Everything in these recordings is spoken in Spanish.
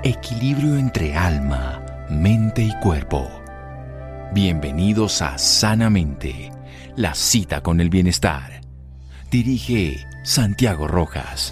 Equilibrio entre alma, mente y cuerpo. Bienvenidos a Sanamente, la cita con el bienestar. Dirige Santiago Rojas.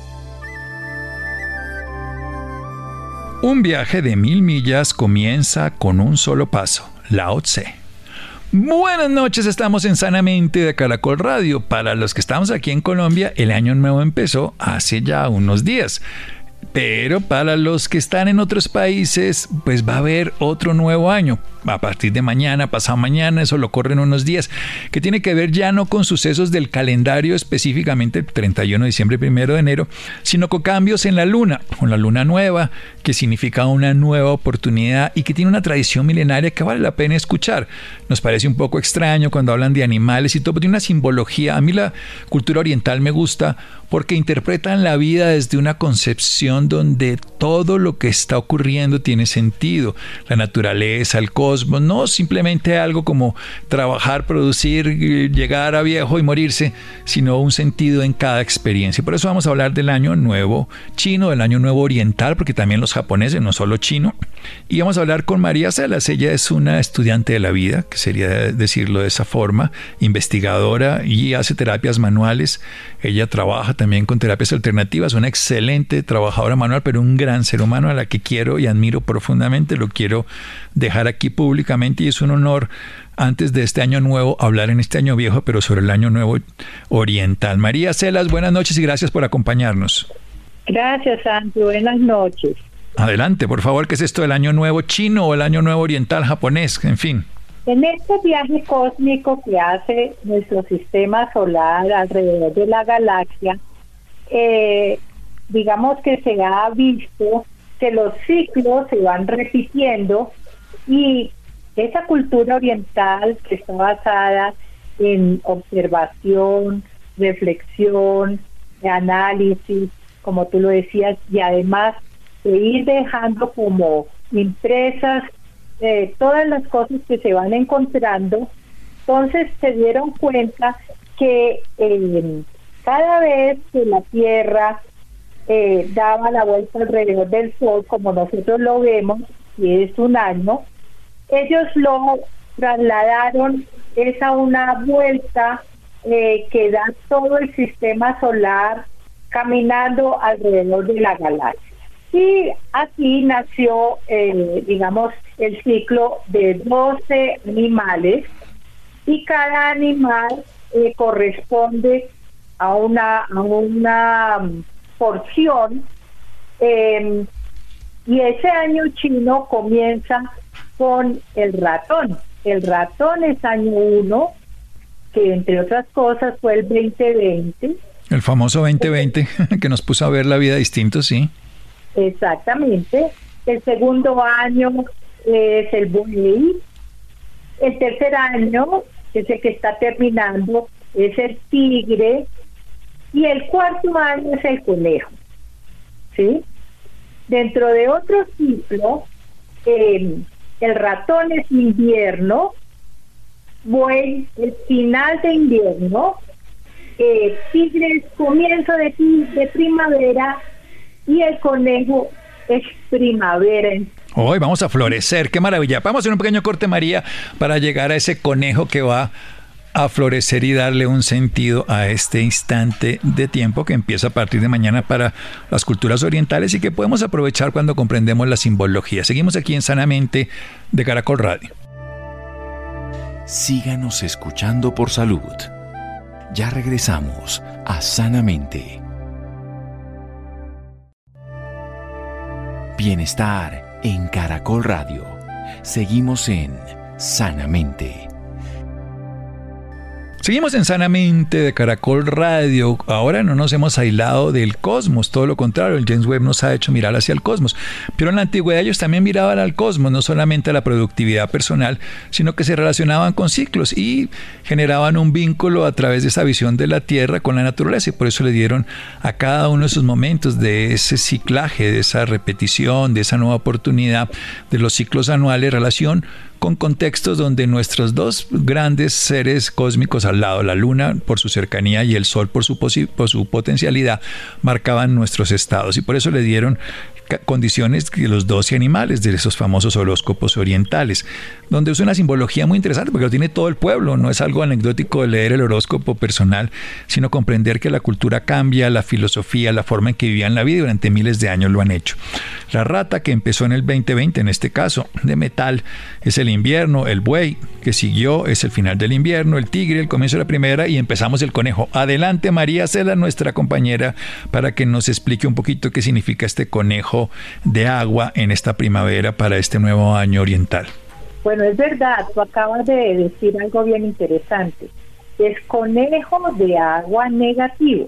Un viaje de 1000 millas comienza con un solo paso. Lao Tse. Buenas noches, estamos en Sanamente de Caracol Radio. Para los que estamos aquí en Colombia, el año nuevo empezó hace ya unos días. Pero para los que están en otros países, pues va a haber otro nuevo año. A partir de mañana, pasado mañana, eso lo corren unos días, que tiene que ver ya no con sucesos del calendario, específicamente el 31 de diciembre, 1 de enero, sino con cambios en la luna, con la luna nueva, que significa una nueva oportunidad y que tiene una tradición milenaria que vale la pena escuchar. Nos parece un poco extraño cuando hablan de animales y todo, pero tiene una simbología. A mí la cultura oriental me gusta porque interpretan la vida desde una concepción donde todo lo que está ocurriendo tiene sentido. La naturaleza, el cosmos, no simplemente algo como trabajar, producir, llegar a viejo y morirse, sino un sentido en cada experiencia. Por eso vamos a hablar del año nuevo chino, del año nuevo oriental, porque también los japoneses, no solo chino. Y vamos a hablar con María Salas. Ella es una estudiante de la vida, que sería decirlo de esa forma, investigadora y hace terapias manuales. Ella trabaja también con terapias alternativas, una excelente trabajadora manual, pero un gran ser humano a la que quiero y admiro profundamente. Lo quiero dejar aquí públicamente y es un honor antes de este año nuevo hablar en este año viejo, pero sobre el año nuevo oriental. María Salas, buenas noches y gracias por acompañarnos. Gracias, Santi. Buenas noches. Adelante, por favor, ¿qué es esto del año nuevo chino o el año nuevo oriental japonés? En fin. En este viaje cósmico que hace nuestro sistema solar alrededor de la galaxia, digamos que se ha visto que los ciclos se van repitiendo y esa cultura oriental que está basada en observación, reflexión, análisis, como tú lo decías, y además de ir dejando como impresas todas las cosas que se van encontrando, entonces se dieron cuenta que cada vez que la Tierra daba la vuelta alrededor del Sol, como nosotros lo vemos, y es un año, ellos lo trasladaron, es a una vuelta que da todo el sistema solar caminando alrededor de la galaxia. Y así nació, digamos, el ciclo de 12 animales, y cada animal corresponde a una porción, y ese año chino comienza con el ratón. El ratón es año 1, que entre otras cosas fue el 2020. El famoso 2020, que nos puso a ver la vida distinto, sí. Exactamente. El segundo año es el buey. El tercer año, que es el que está terminando, es el tigre. Y el cuarto año es el conejo. ¿Sí? Dentro de otro ciclo, el ratón es invierno, buey el final de invierno, tigre es comienzo de primavera, y el conejo es primavera. Hoy vamos a florecer, qué maravilla. Vamos a hacer un pequeño corte, María, para llegar a ese conejo que va a florecer y darle un sentido a este instante de tiempo que empieza a partir de mañana para las culturas orientales y que podemos aprovechar cuando comprendemos la simbología. Seguimos aquí en Sanamente de Caracol Radio. Síganos escuchando por salud. Ya regresamos a Sanamente. Bienestar en Caracol Radio. Seguimos en Sanamente. Seguimos en Sanamente de Caracol Radio. Ahora no nos hemos aislado del cosmos, todo lo contrario, el James Webb nos ha hecho mirar hacia el cosmos. Pero en la antigüedad ellos también miraban al cosmos, no solamente a la productividad personal, sino que se relacionaban con ciclos y generaban un vínculo a través de esa visión de la Tierra con la naturaleza. Y por eso le dieron a cada uno de esos momentos de ese ciclaje, de esa repetición, de esa nueva oportunidad, de los ciclos anuales, relación con contextos donde nuestros dos grandes seres cósmicos al lado, la Luna por su cercanía y el Sol por su potencialidad, marcaban nuestros estados. Y por eso le dieron condiciones de los 12 animales de esos famosos horóscopos orientales, donde es una simbología muy interesante porque lo tiene todo el pueblo. No es algo anecdótico de leer el horóscopo personal, sino comprender que la cultura cambia, la filosofía, la forma en que vivían la vida y durante miles de años lo han hecho. La rata, que empezó en el 2020, en este caso, de metal, es el invierno. El buey, que siguió, es el final del invierno. El tigre, el comienzo de la primavera, y empezamos el conejo. Adelante, María Cela, nuestra compañera, para que nos explique un poquito qué significa este conejo de agua en esta primavera para este nuevo año oriental. Bueno, es verdad, tú acabas de decir algo bien interesante. Es conejo de agua negativo,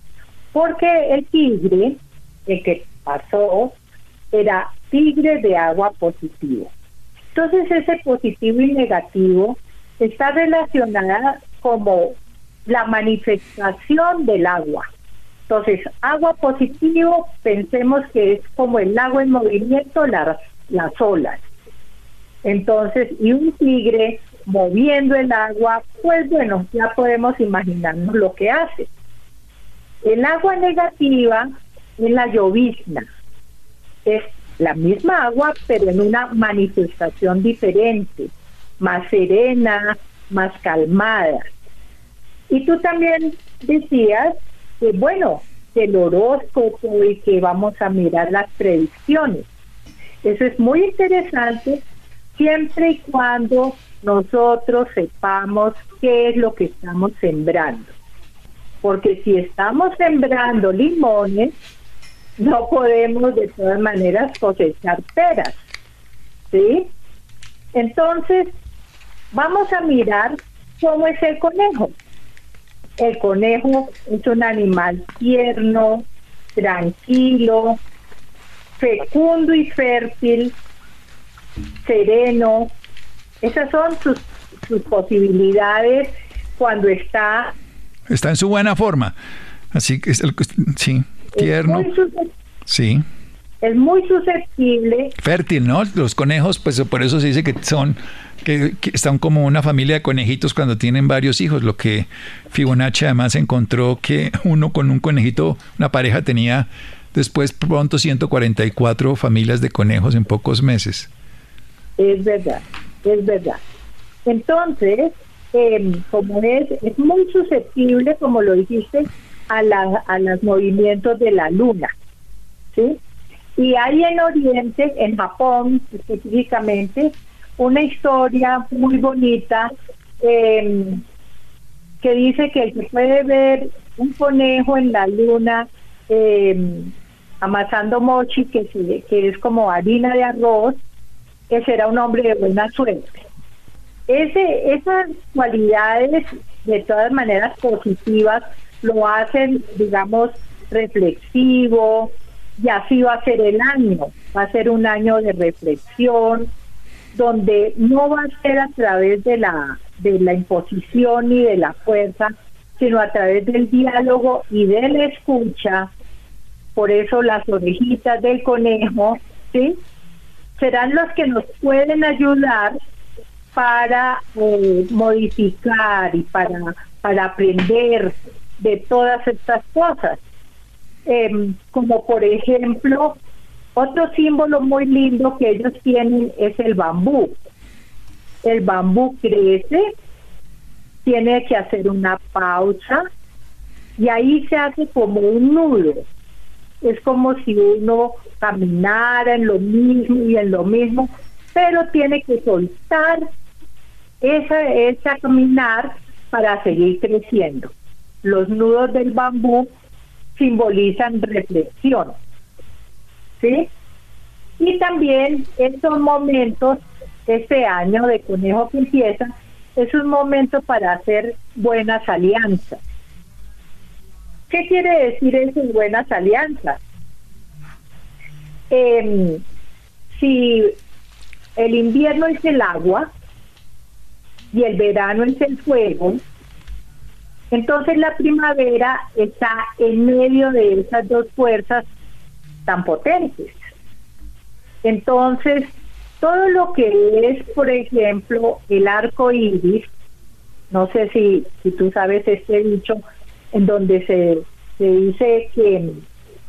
porque el tigre, el que pasó, era tigre de agua positivo. Entonces ese positivo y negativo está relacionada como la manifestación del agua. Entonces, agua positivo, pensemos que es como el agua en movimiento, las olas. Entonces, y un tigre moviendo el agua, pues bueno, ya podemos imaginarnos lo que hace. El agua negativa es la llovizna. Es la misma agua, pero en una manifestación diferente, más serena, más calmada. Y tú también decías que, bueno, el horóscopo y que vamos a mirar las predicciones. Eso es muy interesante siempre y cuando nosotros sepamos qué es lo que estamos sembrando. Porque si estamos sembrando limones, no podemos de todas maneras cosechar peras, ¿sí? Entonces, vamos a mirar cómo es el conejo. El conejo es un animal tierno, tranquilo, fecundo y fértil, sereno. Esas son sus posibilidades cuando está en su buena forma. Así que sí, tierno. Sí. Es muy susceptible. Fértil, ¿no? Los conejos, pues por eso se dice que están como una familia de conejitos cuando tienen varios hijos. Lo que Fibonacci además encontró que uno con un conejito, una pareja tenía después pronto 144 familias de conejos en pocos meses. Es verdad, es verdad. Entonces, como es muy susceptible, como lo dijiste, a los movimientos de la luna, ¿sí? Y hay en Oriente, en Japón específicamente, una historia muy bonita que dice que el que puede ver un conejo en la luna amasando mochi, que es como harina de arroz, que será un hombre de buena suerte. Esas cualidades, de todas maneras positivas, lo hacen, digamos, reflexivo, y así va a ser el año. Va a ser un año de reflexión, donde no va a ser a través de la imposición ni de la fuerza, sino a través del diálogo y de la escucha. Por eso las orejitas del conejo, ¿sí?, serán los que nos pueden ayudar para modificar y para aprender de todas estas cosas. Como por ejemplo, otro símbolo muy lindo que ellos tienen es el bambú. El bambú crece, tiene que hacer una pausa y ahí se hace como un nudo. Es como si uno caminara en lo mismo y en lo mismo, pero tiene que soltar esa caminar para seguir creciendo. Los nudos del bambú simbolizan reflexión, ¿sí? Y también estos momentos, este año de conejo que empieza, es un momento para hacer buenas alianzas. ¿Qué quiere decir eso, buenas alianzas? Si el invierno es el agua y el verano es el fuego, entonces la primavera está en medio de esas dos fuerzas tan potentes. Entonces, todo lo que es, por ejemplo, el arco iris, no sé si tú sabes este dicho, en donde se dice que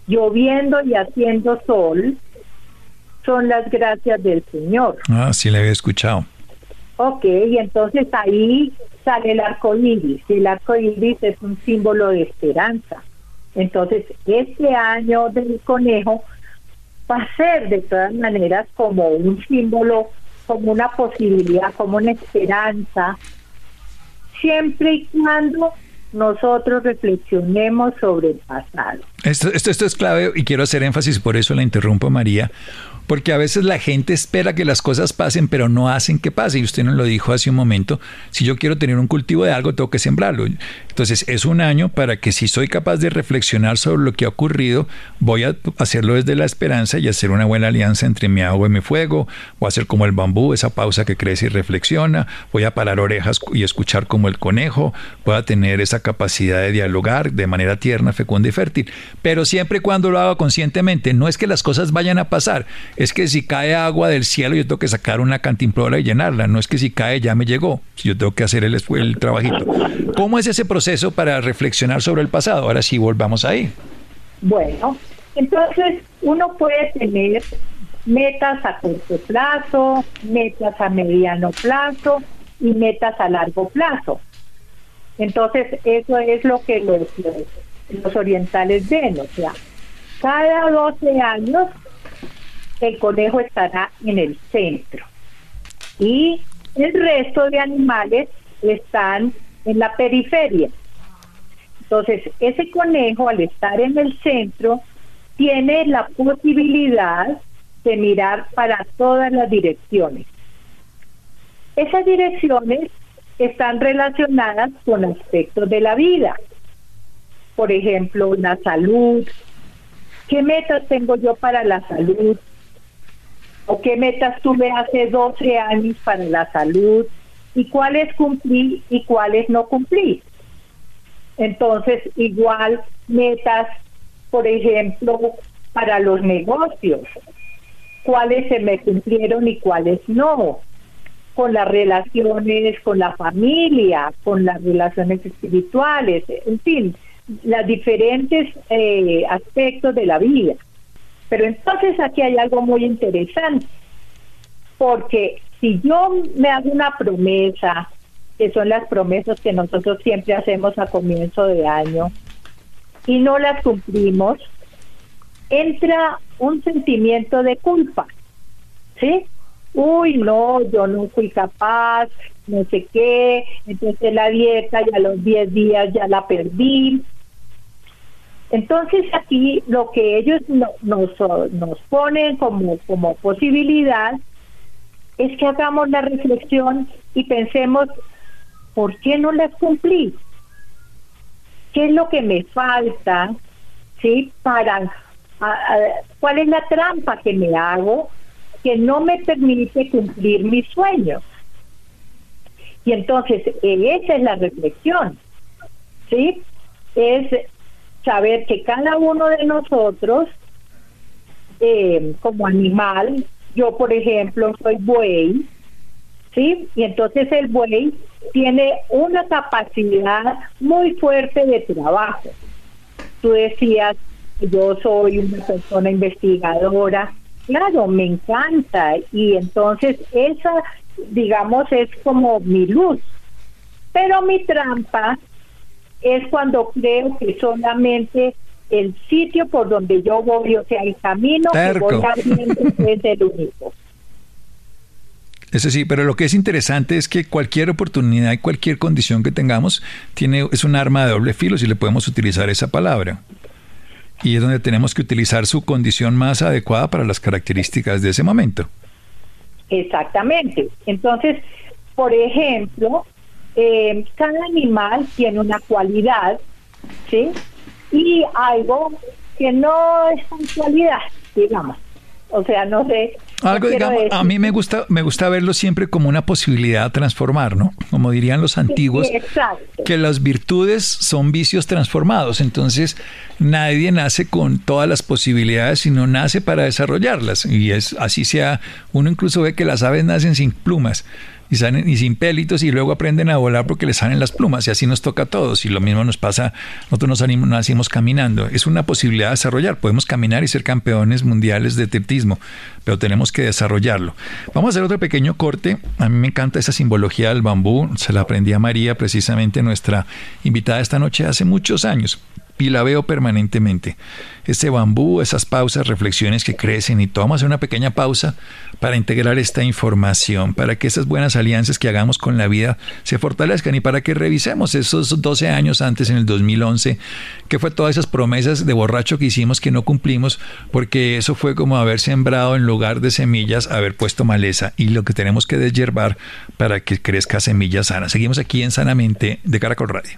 lloviendo y haciendo sol, son las gracias del Señor. Ah, sí, le había escuchado. Ok, y entonces ahí sale el arco iris, y el arco iris es un símbolo de esperanza. Entonces, este año del conejo va a ser de todas maneras como un símbolo, como una posibilidad, como una esperanza, siempre y cuando nosotros reflexionemos sobre el pasado. Esto es clave y quiero hacer énfasis, por eso la interrumpo, María, porque a veces la gente espera que las cosas pasen, pero no hacen que pase. Y usted nos lo dijo hace un momento, si yo quiero tener un cultivo de algo, tengo que sembrarlo. Entonces es un año para que si soy capaz de reflexionar sobre lo que ha ocurrido, voy a hacerlo desde la esperanza y hacer una buena alianza entre mi agua y mi fuego. Voy a hacer como el bambú, esa pausa que crece y reflexiona. Voy a parar orejas y escuchar como el conejo. Voy a tener esa capacidad de dialogar de manera tierna, fecunda y fértil. Pero siempre y cuando lo haga conscientemente. No es que las cosas vayan a pasar, es que si cae agua del cielo yo tengo que sacar una cantimplora y llenarla. No es que si cae ya me llegó, yo tengo que hacer el trabajito. ¿Cómo es ese proceso para reflexionar sobre el pasado? Ahora sí, volvamos ahí. Bueno, entonces uno puede tener metas a corto plazo, metas a mediano plazo y metas a largo plazo. Entonces eso es lo que los orientales ven, o sea, cada 12 años el conejo estará en el centro y el resto de animales están en la periferia. Entonces, ese conejo, al estar en el centro, tiene la posibilidad de mirar para todas las direcciones. Esas direcciones están relacionadas con aspectos de la vida. Por ejemplo, la salud. ¿Qué metas tengo yo para la salud? ¿O qué metas tuve hace 12 años para la salud? ¿Y cuáles cumplí y cuáles no cumplí? Entonces, igual metas, por ejemplo, para los negocios. ¿Cuáles se me cumplieron y cuáles no? Con las relaciones con la familia, con las relaciones espirituales, en fin, los diferentes aspectos de la vida. Pero entonces aquí hay algo muy interesante, porque si yo me hago una promesa, que son las promesas que nosotros siempre hacemos a comienzo de año, y no las cumplimos, entra un sentimiento de culpa, ¿sí? Uy, no, yo no fui capaz, no sé qué, entonces la dieta y a los 10 días ya la perdí. Entonces aquí lo que ellos nos ponen como posibilidad es que hagamos la reflexión y pensemos, ¿por qué no las cumplí? ¿Qué es lo que me falta? ¿Sí? ¿Cuál es la trampa que me hago que no me permite cumplir mis sueños? Y entonces esa es la reflexión, ¿sí? Es saber que cada uno de nosotros, como animal, yo por ejemplo soy buey, ¿sí? Y entonces el buey tiene una capacidad muy fuerte de trabajo. Tú decías, yo soy una persona investigadora, claro, me encanta, y entonces esa, digamos, es como mi luz, pero mi trampa es cuando creo que solamente el sitio por donde yo voy, o sea, el camino Terco. que voy abriendo es el único. Eso sí, pero lo que es interesante es que cualquier oportunidad y cualquier condición que tengamos es un arma de doble filo, si le podemos utilizar esa palabra. Y es donde tenemos que utilizar su condición más adecuada para las características de ese momento. Exactamente. Entonces, por ejemplo, cada animal tiene una cualidad, ¿sí? Y algo que no es tan cualidad, digamos. O sea, no sé, Algo, digamos, a mí me gusta verlo siempre como una posibilidad de transformar, ¿no? Como dirían los antiguos, Sí, exacto. que las virtudes son vicios transformados. Entonces, nadie nace con todas las posibilidades, sino nace para desarrollarlas. Y es así sea. Uno incluso ve que las aves nacen sin plumas y sin pélitos y luego aprenden a volar porque les salen las plumas, y así nos toca a todos. Y lo mismo nos pasa, nosotros nacimos caminando. Es una posibilidad de desarrollar. Podemos caminar y ser campeones mundiales de atletismo, pero tenemos que desarrollarlo. Vamos a hacer otro pequeño corte. A mí me encanta esa simbología del bambú. Se la aprendí a María, precisamente nuestra invitada esta noche, hace muchos años, y la veo permanentemente. Ese bambú, esas pausas, reflexiones que crecen y todo. Vamos a hacer una pequeña pausa para integrar esta información, para que esas buenas alianzas que hagamos con la vida se fortalezcan y para que revisemos esos 12 años antes, en el 2011, que fue todas esas promesas de borracho que hicimos que no cumplimos, porque eso fue como haber sembrado en lugar de semillas, haber puesto maleza, y lo que tenemos que deshiervar para que crezca semillas sanas. Seguimos aquí en Sanamente de Caracol Radio.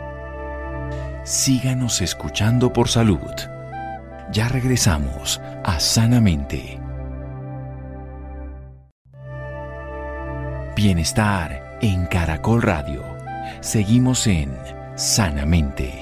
Síganos escuchando por salud. Ya regresamos a Sanamente. Bienestar en Caracol Radio. Seguimos en Sanamente.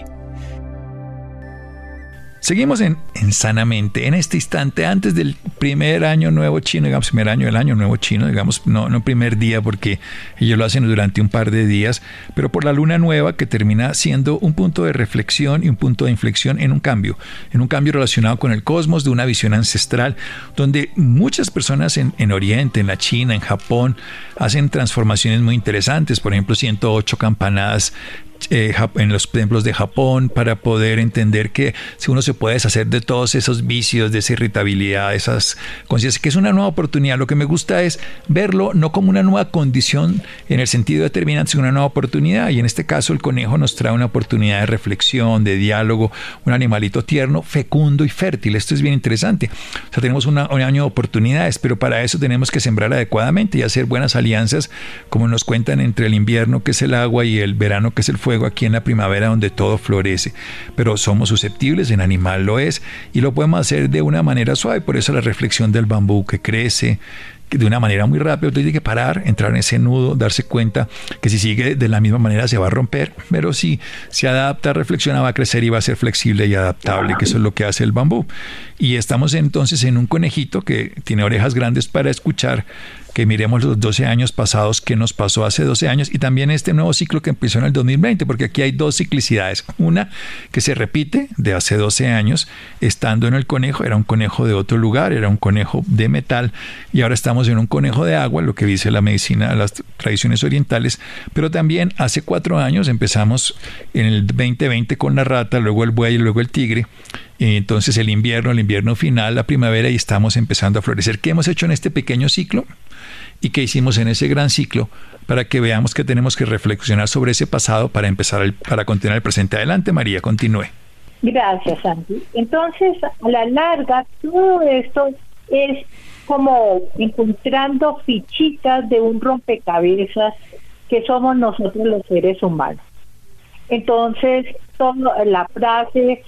Seguimos en Sanamente, en este instante, antes del primer año nuevo chino, digamos, primer año del año nuevo chino, digamos, no primer día, porque ellos lo hacen durante un par de días, pero por la luna nueva, que termina siendo un punto de reflexión y un punto de inflexión en un cambio relacionado con el cosmos, de una visión ancestral, donde muchas personas en Oriente, en la China, en Japón, hacen transformaciones muy interesantes. Por ejemplo, 108 campanadas en los templos de Japón, para poder entender que si uno se puede deshacer de todos esos vicios, de esa irritabilidad, de esas conciencias, que es una nueva oportunidad. Lo que me gusta es verlo no como una nueva condición en el sentido determinante, sino una nueva oportunidad. Y en este caso el conejo nos trae una oportunidad de reflexión, de diálogo, un animalito tierno, fecundo y fértil. Esto es bien interesante. O sea, tenemos un año de oportunidades, pero para eso tenemos que sembrar adecuadamente y hacer buenas alianzas, como nos cuentan, entre el invierno, que es el agua, y el verano, que es el fuego, aquí en la primavera, donde todo florece. Pero somos susceptibles, el animal lo es, y lo podemos hacer de una manera suave. Por eso la reflexión del bambú, que crece de una manera muy rápida. Usted tiene que parar, entrar en ese nudo, darse cuenta que si sigue de la misma manera se va a romper, pero si se adapta, reflexiona, va a crecer y va a ser flexible y adaptable, que eso es lo que hace el bambú. Y estamos entonces en un conejito que tiene orejas grandes para escuchar, que miremos los 12 años pasados, qué nos pasó hace 12 años, y también este nuevo ciclo que empezó en el 2020, porque aquí hay dos ciclicidades. Una que se repite de hace 12 años, estando en el conejo, era un conejo de otro lugar, era un conejo de metal, y ahora estamos en un conejo de agua, lo que dice la medicina, las tradiciones orientales. Pero también hace 4 años empezamos en el 2020 con la rata, luego el buey y luego el tigre. Y entonces el invierno final, la primavera, y estamos empezando a florecer. ¿Qué hemos hecho en este pequeño ciclo? ¿Y qué hicimos en ese gran ciclo? Para que veamos que tenemos que reflexionar sobre ese pasado para para continuar el presente. Adelante, María, continúe. Gracias, Santi. Entonces, a la larga, todo esto es como encontrando fichitas de un rompecabezas que somos nosotros los seres humanos. Entonces, la frase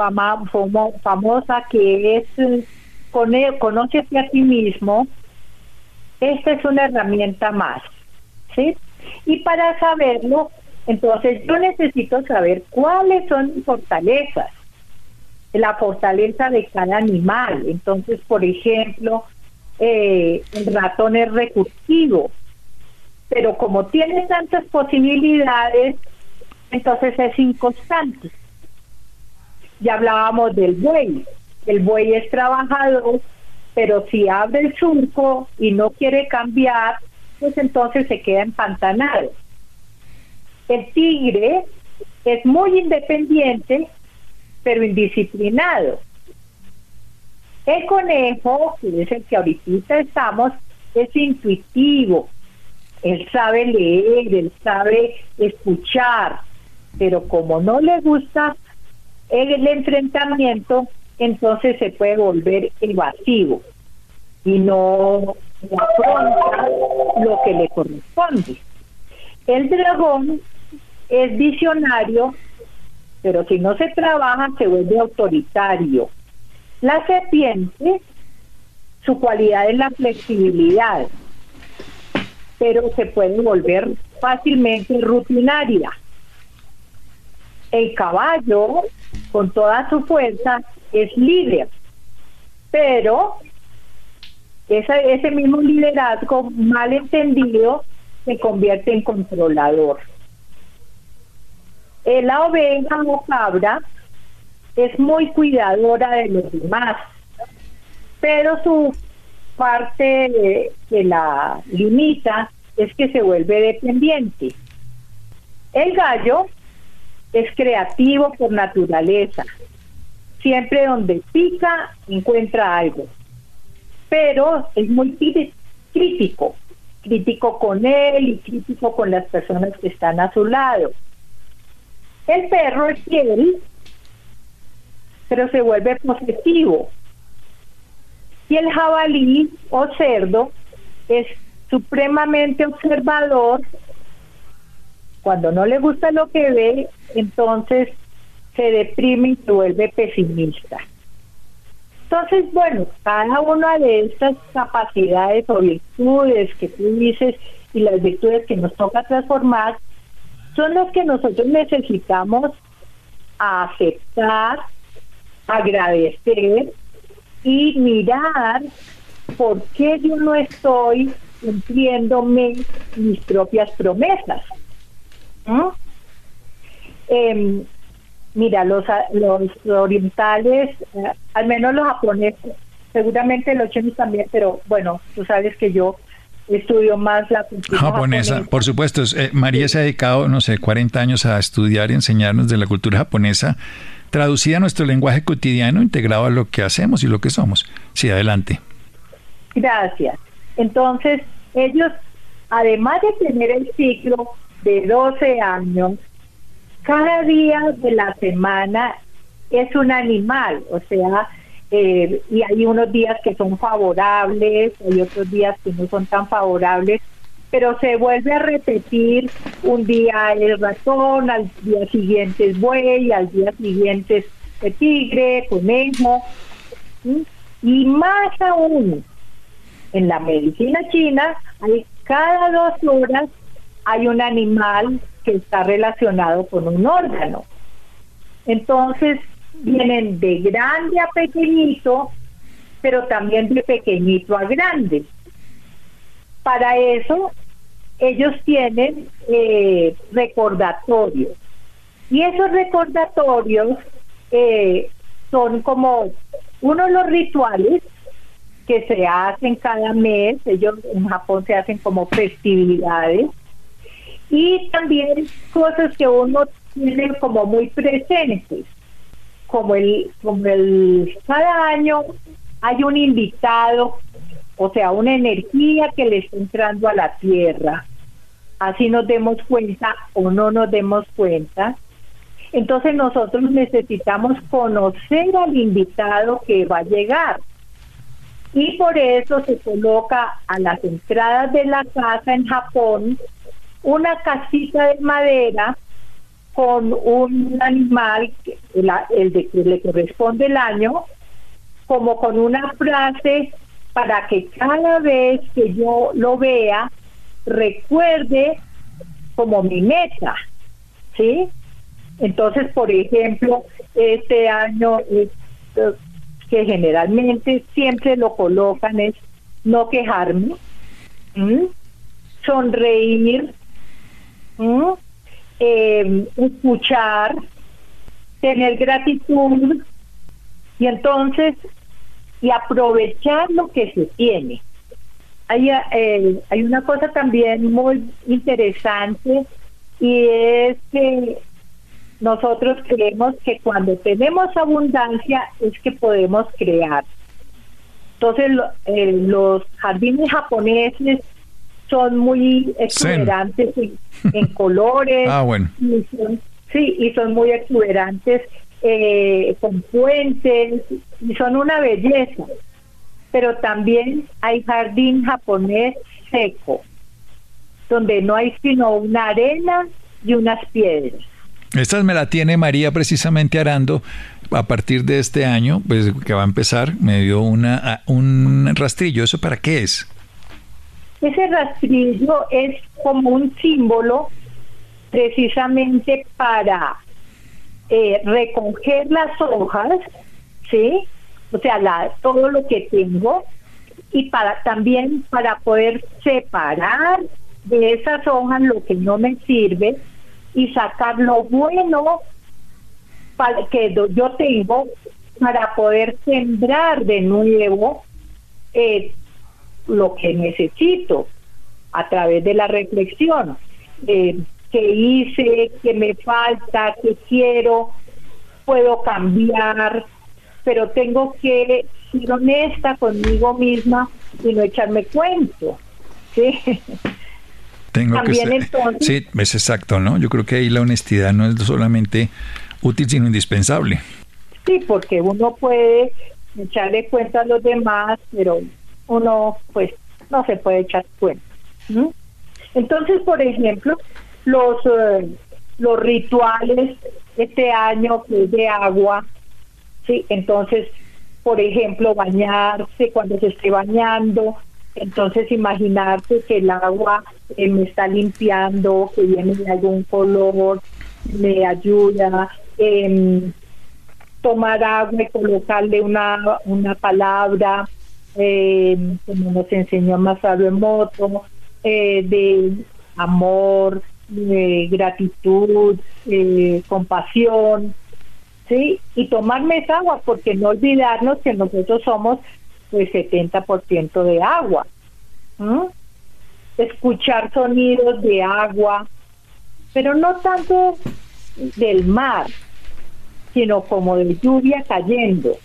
famosa que es conócete a ti mismo, esta es una herramienta más, ¿sí? Y para saberlo, entonces yo necesito saber cuáles son mis fortalezas, la fortaleza de cada animal. Entonces, por ejemplo, el ratón es recursivo, pero como tiene tantas posibilidades, entonces es inconstante. Ya hablábamos del buey. El buey es trabajador, pero si abre el surco y no quiere cambiar, pues entonces se queda empantanado. El tigre es muy independiente, pero indisciplinado. El conejo, que es el que ahorita estamos, es intuitivo. Él sabe leer, él sabe escuchar, pero como no le gusta el enfrentamiento, entonces se puede volver evasivo y no afronta lo que le corresponde. El dragón es visionario, pero si no se trabaja se vuelve autoritario. La serpiente Su cualidad es la flexibilidad, pero se puede volver fácilmente rutinaria. El caballo, con toda su fuerza, es líder, pero ese mismo liderazgo mal entendido se convierte en controlador. La oveja o cabra es muy cuidadora de los demás, pero su parte que la limita es que se vuelve dependiente. El gallo es creativo por naturaleza. Siempre donde pica encuentra algo, pero es muy crítico con él y crítico con las personas que están a su lado. El perro es fiel, pero se vuelve posesivo. Y el jabalí o cerdo es supremamente observador. Cuando no le gusta lo que ve, entonces se deprime y se vuelve pesimista. Entonces, bueno, cada una de estas capacidades o virtudes que tú dices y las virtudes que nos toca transformar son las que nosotros necesitamos aceptar, agradecer y mirar por qué yo no estoy cumpliéndome mis propias promesas. Mira, los orientales, al menos los japoneses, seguramente los chinos también, pero bueno, tú sabes que yo estudio más la cultura japonesa. Por supuesto. María se ha dedicado, 40 años a estudiar y enseñarnos de la cultura japonesa, traducida a nuestro lenguaje cotidiano, integrado a lo que hacemos y lo que somos. Sí, adelante. Gracias. Entonces, ellos, además de tener el ciclo de 12 años, cada día de la semana es un animal, o sea, y hay unos días que son favorables, hay otros días que no son tan favorables, pero se vuelve a repetir: un día es ratón, al día siguiente es buey, al día siguiente es tigre, conejo, ¿sí? Y más aún, en la medicina china, cada 2 horas hay un animal que está relacionado con un órgano. Entonces, vienen de grande a pequeñito, pero también de pequeñito a grande. Para eso, ellos tienen recordatorios. Y esos recordatorios son como los rituales que se hacen cada mes. Ellos en Japón se hacen como festividades. Y también cosas que uno tiene como muy presentes, como cada año hay un invitado, o sea, una energía que le está entrando a la tierra, así nos demos cuenta o no nos demos cuenta. Entonces nosotros necesitamos conocer al invitado que va a llegar, y por eso se coloca a las entradas de la casa en Japón una casita de madera con un animal, el de que le corresponde el año, como con una frase para que cada vez que yo lo vea recuerde como mi meta, ¿sí? Entonces, por ejemplo, este año que generalmente siempre lo colocan es no quejarme, sonreír, escuchar, tener gratitud y aprovechar lo que se tiene. Hay una cosa también muy interesante, y es que nosotros creemos que cuando tenemos abundancia es que podemos crear. Entonces los jardines japoneses son muy exuberantes en colores. Bueno. Y son muy exuberantes con puentes, y son una belleza. Pero también hay jardín japonés seco, donde no hay sino una arena y unas piedras. Esta me la tiene María precisamente arando a partir de este año, pues que va a empezar, me dio un rastrillo. ¿Eso para qué es? Ese rastrillo es como un símbolo precisamente para recoger las hojas, ¿sí? O sea, todo lo que tengo, y también para poder separar de esas hojas lo que no me sirve y sacar lo bueno que yo tengo para poder sembrar de nuevo lo que necesito a través de la reflexión. ¿Qué hice? ¿Qué me falta? ¿Qué quiero? ¿Puedo cambiar? Pero tengo que ser honesta conmigo misma y no echarme cuento, ¿sí? Tengo También que ser, entonces, sí, es exacto, ¿no? Yo creo que ahí la honestidad no es solamente útil, sino indispensable. sí, porque uno puede echarle cuenta a los demás, pero uno pues no se puede echar cuenta. ¿Mm? Entonces, por ejemplo, los rituales este año que es de agua, sí, entonces, por ejemplo, bañarse cuando se esté bañando, entonces imaginarse que el agua me está limpiando, que viene de algún color, me ayuda, tomar agua y colocarle una palabra, como nos enseñó Masaru Emoto, de amor, de gratitud, compasión, ¿sí? Y tomarme esa agua, porque no olvidarnos que nosotros somos pues 70% de agua. Escuchar sonidos de agua, pero no tanto del mar, sino como de lluvia cayendo.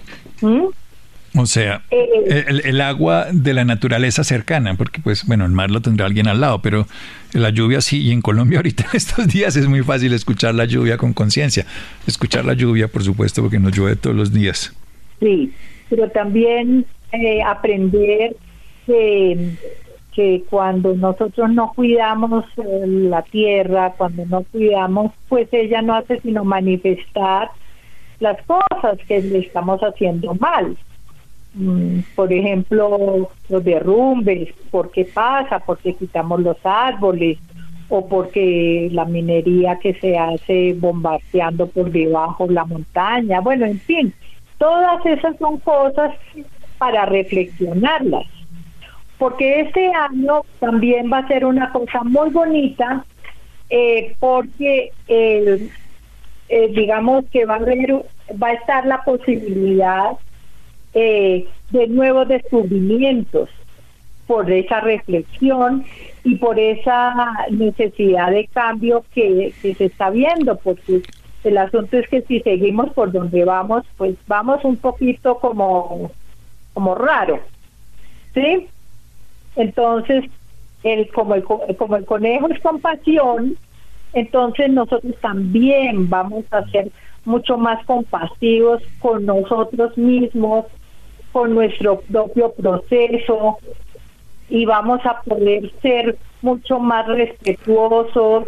O sea, el agua de la naturaleza cercana, porque pues bueno, el mar lo tendrá alguien al lado, pero la lluvia sí, y en Colombia ahorita en estos días es muy fácil escuchar la lluvia con conciencia. Escuchar la lluvia, por supuesto, porque nos llueve todos los días. Sí, pero también aprender que cuando nosotros no cuidamos la tierra, cuando no cuidamos, pues ella no hace sino manifestar las cosas que le estamos haciendo mal. Por ejemplo, los derrumbes, ¿por qué pasa? Porque quitamos los árboles, o porque la minería que se hace bombardeando por debajo la montaña. Bueno, en fin, todas esas son cosas para reflexionarlas, porque este año también va a ser una cosa muy bonita, porque digamos que va a estar la posibilidad de nuevos descubrimientos por esa reflexión y por esa necesidad de cambio que se está viendo, porque el asunto es que si seguimos por donde vamos, pues vamos un poquito como raro, ¿sí? Entonces, como el conejo es compasión, entonces nosotros también vamos a ser mucho más compasivos con nosotros mismos, con nuestro propio proceso, y vamos a poder ser mucho más respetuosos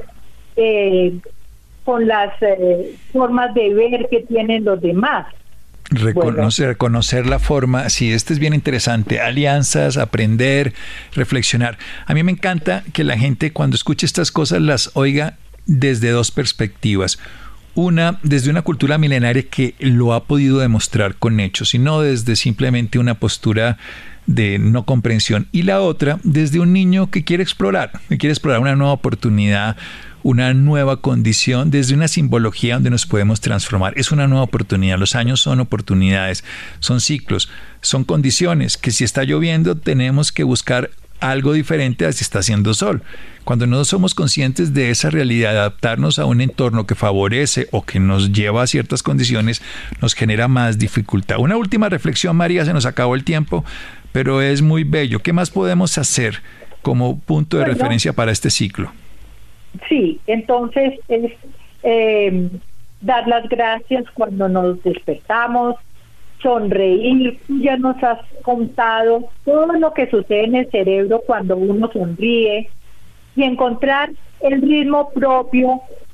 con las formas de ver que tienen los demás. Reconocer la forma, sí, este es bien interesante, alianzas, aprender, reflexionar. A mí me encanta que la gente cuando escuche estas cosas las oiga desde dos perspectivas. Una, desde una cultura milenaria que lo ha podido demostrar con hechos, y no desde simplemente una postura de no comprensión. Y la otra, desde un niño que quiere explorar una nueva oportunidad, una nueva condición, desde una simbología donde nos podemos transformar. Es una nueva oportunidad. Los años son oportunidades, son ciclos, son condiciones que si está lloviendo tenemos que buscar algo diferente a si está haciendo sol. Cuando no somos conscientes de esa realidad, adaptarnos a un entorno que favorece o que nos lleva a ciertas condiciones nos genera más dificultad. Una última reflexión, María, se nos acabó el tiempo, pero es muy bello. ¿Qué más podemos hacer como punto de referencia para este ciclo? Sí, entonces es dar las gracias cuando nos despertamos, sonreír. Tú ya nos has contado todo lo que sucede en el cerebro cuando uno sonríe, y encontrar el ritmo propio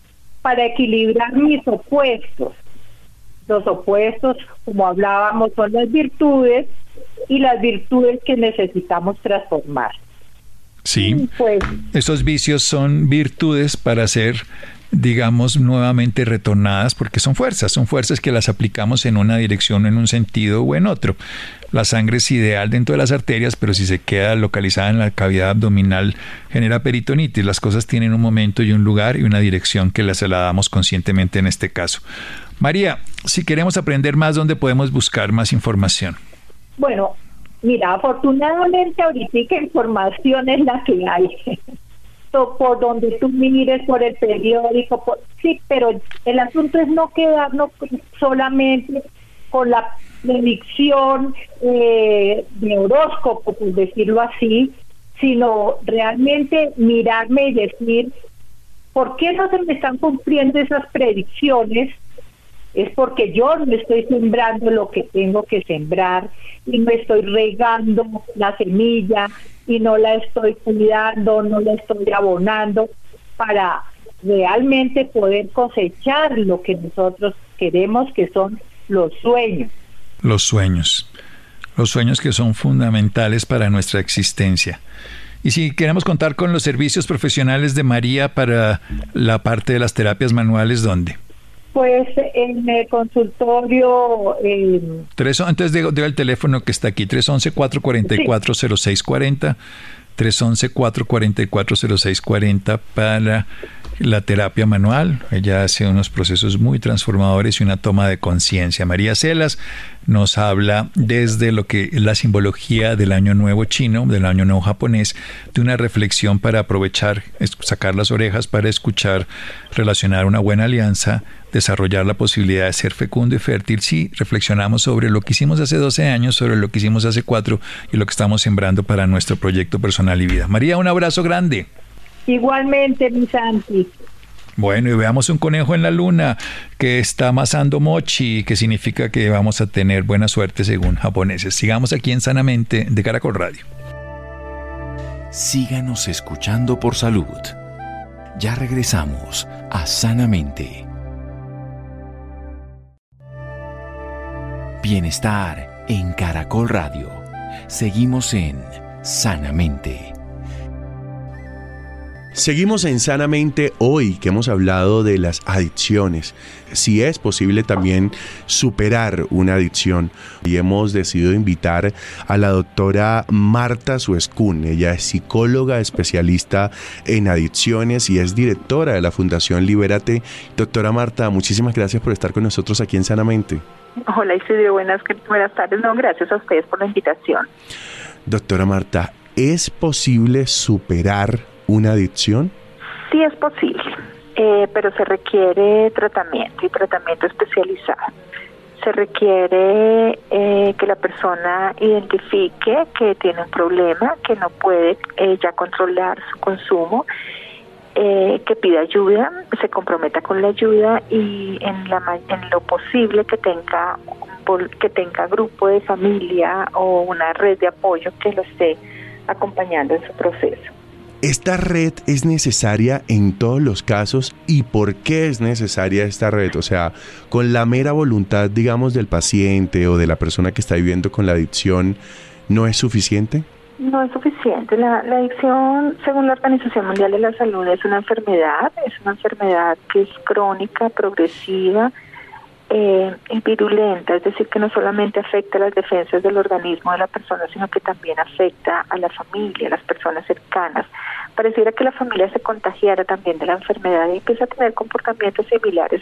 para equilibrar mis opuestos. Los opuestos, como hablábamos, son las virtudes y las virtudes que necesitamos transformar. Sí, pues, esos vicios son virtudes para ser, digamos, nuevamente retornadas, porque son fuerzas que las aplicamos en una dirección, en un sentido o en otro. La sangre es ideal dentro de las arterias, pero si se queda localizada en la cavidad abdominal genera peritonitis. Las cosas tienen un momento y un lugar y una dirección que se la damos conscientemente en este caso. María, si queremos aprender más, ¿dónde podemos buscar más información? Bueno, mira, afortunadamente ahorita información es la que hay. Por donde tú mires, por el periódico, sí, pero el asunto es no quedarnos solamente con la predicción de horóscopo, por decirlo así, sino realmente mirarme y decir, ¿por qué no se me están cumpliendo esas predicciones? Es porque yo no estoy sembrando lo que tengo que sembrar y no estoy regando la semilla y no la estoy cuidando, no la estoy abonando para realmente poder cosechar lo que nosotros queremos, que son los sueños. Los sueños que son fundamentales para nuestra existencia. Y si queremos contar con los servicios profesionales de María para la parte de las terapias manuales, ¿dónde? Pues en el consultorio... Entonces digo el teléfono que está aquí, 311-444-0640, 311-444-0640 para la terapia manual. Ella hace unos procesos muy transformadores y una toma de conciencia. María Celas nos habla desde lo que es la simbología del Año Nuevo chino, del Año Nuevo japonés, de una reflexión para aprovechar, sacar las orejas para escuchar, relacionar una buena alianza, desarrollar la posibilidad de ser fecundo y fértil si reflexionamos sobre lo que hicimos hace 12 años, sobre lo que hicimos hace 4 y lo que estamos sembrando para nuestro proyecto personal y vida. María, un abrazo grande. Igualmente, mi Santi. Bueno, y veamos un conejo en la luna que está amasando mochi, que significa que vamos a tener buena suerte según japoneses. Sigamos aquí en Sanamente de Caracol Radio. Síganos escuchando por salud. Ya regresamos a Sanamente. Bienestar en Caracol Radio. Seguimos en Sanamente. Seguimos en Sanamente hoy que hemos hablado de las adicciones. Si es posible también superar una adicción. Y hemos decidido invitar a la doctora Marta Suescún. Ella es psicóloga especialista en adicciones y es directora de la Fundación Libérate. Doctora Marta, muchísimas gracias por estar con nosotros aquí en Sanamente. Hola Isidro, buenas tardes. No, gracias a ustedes por la invitación. Doctora Marta, ¿es posible superar una adicción? Sí, es posible, pero se requiere tratamiento y tratamiento especializado. Se requiere que la persona identifique que tiene un problema, que no puede ya controlar su consumo, que pida ayuda, se comprometa con la ayuda y en lo posible que tenga grupo de familia o una red de apoyo que lo esté acompañando en su proceso. ¿Esta red es necesaria en todos los casos? ¿Y por qué es necesaria esta red? O sea, con la mera voluntad, digamos, del paciente o de la persona que está viviendo con la adicción, ¿no es suficiente? No es suficiente. La adicción, según la Organización Mundial de la Salud, es una enfermedad que es crónica, progresiva y virulenta, es decir, que no solamente afecta a las defensas del organismo de la persona, sino que también afecta a la familia, a las personas cercanas. Pareciera que la familia se contagiara también de la enfermedad y empieza a tener comportamientos similares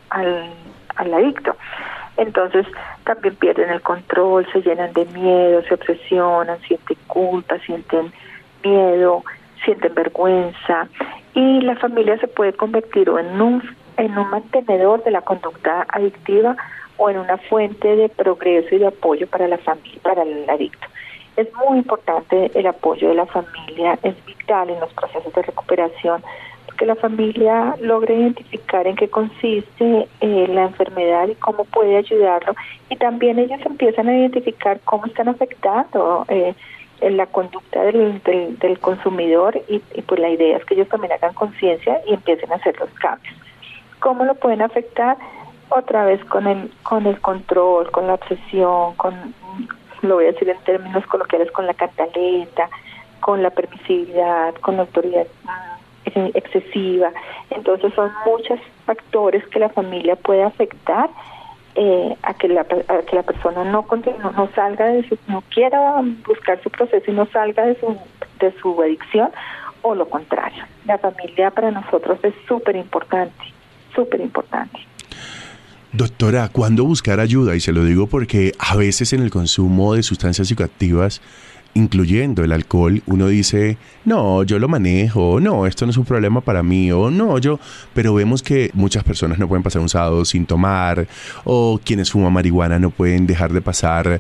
al adicto. Entonces también pierden el control, se llenan de miedo, se obsesionan, sienten culpa, sienten miedo, sienten vergüenza y la familia se puede convertir o en un mantenedor de la conducta adictiva o en una fuente de progreso y de apoyo para la familia, para el adicto. Es muy importante el apoyo de la familia, es vital en los procesos de recuperación, porque la familia logra identificar en qué consiste la enfermedad y cómo puede ayudarlo, y también ellos empiezan a identificar cómo están afectando en la conducta del consumidor y pues la idea es que ellos también hagan conciencia y empiecen a hacer los cambios. ¿Cómo lo pueden afectar? Otra vez con el control, con la obsesión, lo voy a decir en términos coloquiales, con la cantaleta, con la permisividad, con la autoridad excesiva. Entonces son muchos factores que la familia puede afectar a que la persona no salga no quiera buscar su proceso y no salga de su adicción, o lo contrario. La familia para nosotros es súper importante, súper importante. Doctora, ¿cuándo buscar ayuda? Y se lo digo porque a veces en el consumo de sustancias psicoactivas, incluyendo el alcohol, uno dice, no, yo lo manejo, no, esto no es un problema para mí, o no, pero vemos que muchas personas no pueden pasar un sábado sin tomar, o quienes fuman marihuana no pueden dejar de pasar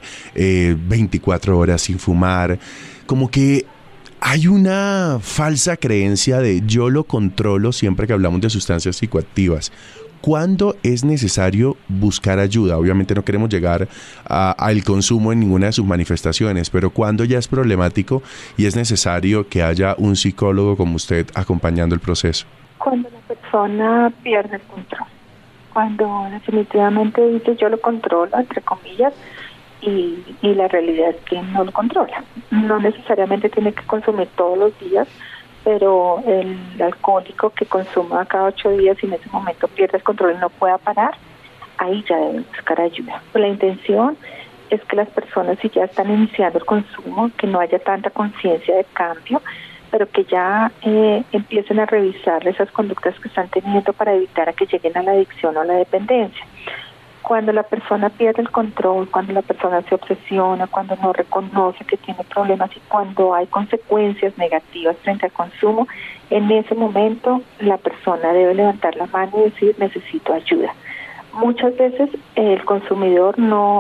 24 horas sin fumar, como que hay una falsa creencia de yo lo controlo siempre que hablamos de sustancias psicoactivas. ¿Cuándo es necesario buscar ayuda? Obviamente no queremos llegar al consumo en ninguna de sus manifestaciones, pero ¿cuándo ya es problemático y es necesario que haya un psicólogo como usted acompañando el proceso? Cuando la persona pierde el control, cuando definitivamente dice yo lo controlo, entre comillas, y la realidad es que no lo controla. No necesariamente tiene que consumir todos los días, pero el alcohólico que consuma cada 8 días y en ese momento pierde el control y no pueda parar, ahí ya debe buscar ayuda. La intención es que las personas, si ya están iniciando el consumo, que no haya tanta conciencia de cambio, pero que ya empiecen a revisar esas conductas que están teniendo para evitar a que lleguen a la adicción o a la dependencia. Cuando la persona pierde el control, cuando la persona se obsesiona, cuando no reconoce que tiene problemas y cuando hay consecuencias negativas frente al consumo, en ese momento la persona debe levantar la mano y decir necesito ayuda. Muchas veces el consumidor no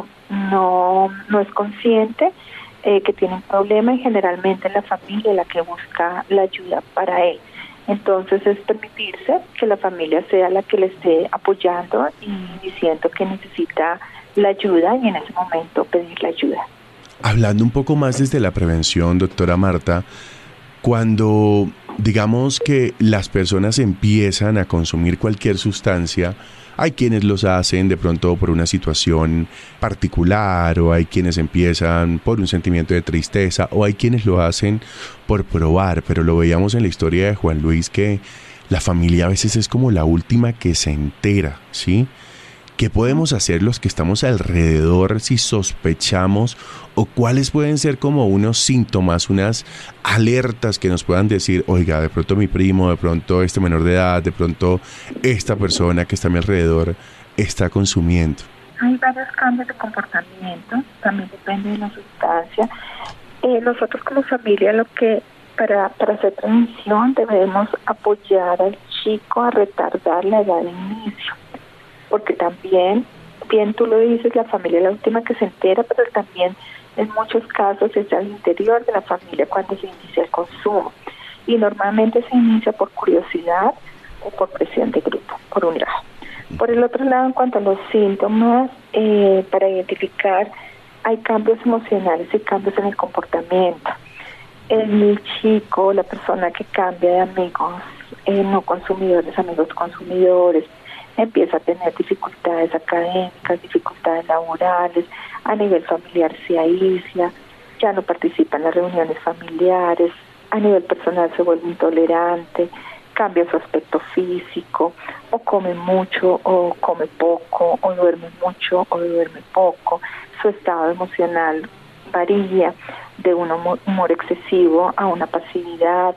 es consciente que tiene un problema y generalmente es la familia la que busca la ayuda para él. Entonces es permitirse que la familia sea la que le esté apoyando y diciendo que necesita la ayuda y en ese momento pedir la ayuda. Hablando un poco más desde la prevención, doctora Marta, cuando digamos que las personas empiezan a consumir cualquier sustancia, hay quienes los hacen de pronto por una situación particular, o hay quienes empiezan por un sentimiento de tristeza, o hay quienes lo hacen por probar, pero lo veíamos en la historia de Juan Luis que la familia a veces es como la última que se entera, ¿sí? ¿Qué podemos hacer los que estamos alrededor si sospechamos, o cuáles pueden ser como unos síntomas, unas alertas que nos puedan decir, oiga, de pronto mi primo, de pronto este menor de edad, de pronto esta persona que está a mi alrededor está consumiendo? Hay varios cambios de comportamiento, también depende de la sustancia. Nosotros como familia, lo que para hacer prevención debemos apoyar al chico a retardar la edad de inicio. Porque también, bien tú lo dices, la familia es la última que se entera, pero también en muchos casos es al interior de la familia cuando se inicia el consumo. Y normalmente se inicia por curiosidad o por presión de grupo, por un lado. Por el otro lado, en cuanto a los síntomas, para identificar, hay cambios emocionales y cambios en el comportamiento. El chico, la persona que cambia de amigos no consumidores, amigos consumidores, empieza a tener dificultades académicas, dificultades laborales, a nivel familiar se aísla, ya no participa en las reuniones familiares, a nivel personal se vuelve intolerante, cambia su aspecto físico, o come mucho o come poco, o duerme mucho o duerme poco, su estado emocional varía de un humor excesivo a una pasividad,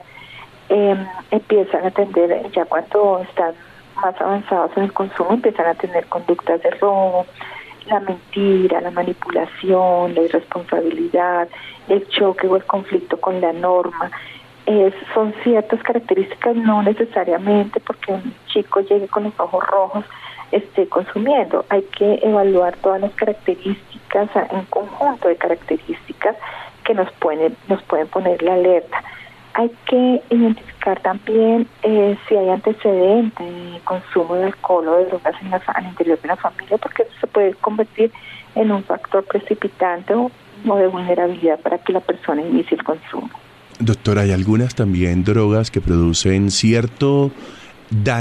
empiezan a tener, ya cuando están más avanzados en el consumo, empiezan a tener conductas de robo, la mentira, la manipulación, la irresponsabilidad, el choque o el conflicto con la norma. Son ciertas características, no necesariamente porque un chico llegue con los ojos rojos esté consumiendo. Hay que evaluar todas las características, un conjunto de características que nos pueden poner la alerta. Hay que identificar también si hay antecedentes de consumo de alcohol o de drogas al interior de la familia, porque eso se puede convertir en un factor precipitante o de vulnerabilidad para que la persona inicie el consumo. Doctora, hay algunas también drogas que producen cierto daño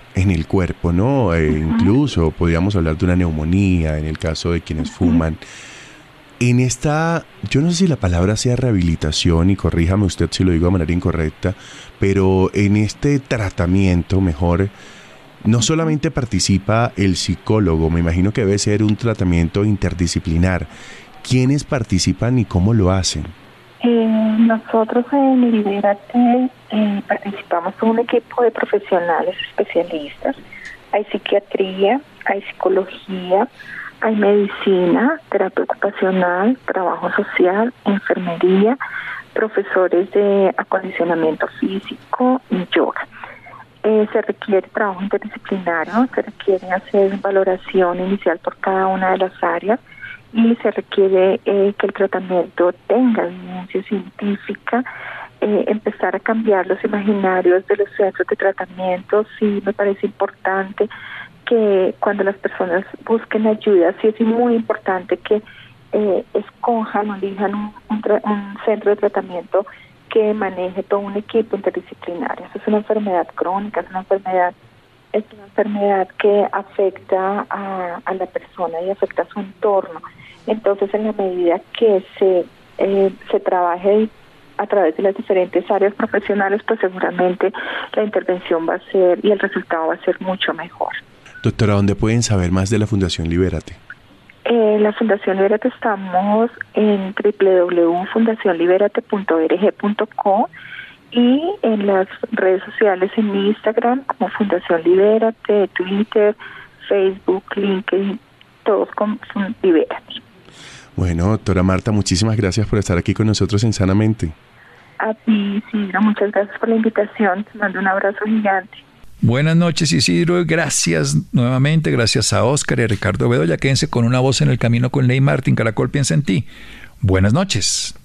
en el cuerpo, ¿no? Incluso podríamos hablar de una neumonía en el caso de quienes fuman. En esta, yo no sé si la palabra sea rehabilitación, y corríjame usted si lo digo de manera incorrecta, pero en este tratamiento mejor, no solamente participa el psicólogo, me imagino que debe ser un tratamiento interdisciplinar. ¿Quiénes participan y cómo lo hacen? Nosotros en Libérate participamos con un equipo de profesionales especialistas. Hay psiquiatría, hay psicología, hay medicina, terapia ocupacional, trabajo social, enfermería, profesores de acondicionamiento físico y yoga. Se requiere trabajo interdisciplinario, se requiere hacer valoración inicial por cada una de las áreas y se requiere que el tratamiento tenga evidencia científica, empezar a cambiar los imaginarios de los centros de tratamiento. Sí, me parece importante que cuando las personas busquen ayuda, sí es muy importante que escojan o elijan un centro de tratamiento que maneje todo un equipo interdisciplinario. Eso es una enfermedad crónica, es una enfermedad que afecta a la persona y afecta a su entorno. Entonces, en la medida que se trabaje a través de las diferentes áreas profesionales, pues seguramente la intervención va a ser y el resultado va a ser mucho mejor. Doctora, ¿dónde pueden saber más de la Fundación Libérate? La Fundación Libérate estamos en www.fundacionliberate.org.co y en las redes sociales en Instagram como Fundación Libérate, Twitter, Facebook, LinkedIn, todos con Libérate. Bueno, doctora Marta, muchísimas gracias por estar aquí con nosotros en Sanamente. A ti, Isidro, muchas gracias por la invitación. Te mando un abrazo gigante. Buenas noches, Isidro. Gracias nuevamente. Gracias a Óscar y a Ricardo Bedoya. Quédense con Una Voz en el Camino con Ley Martín. Caracol piensa en ti. Buenas noches.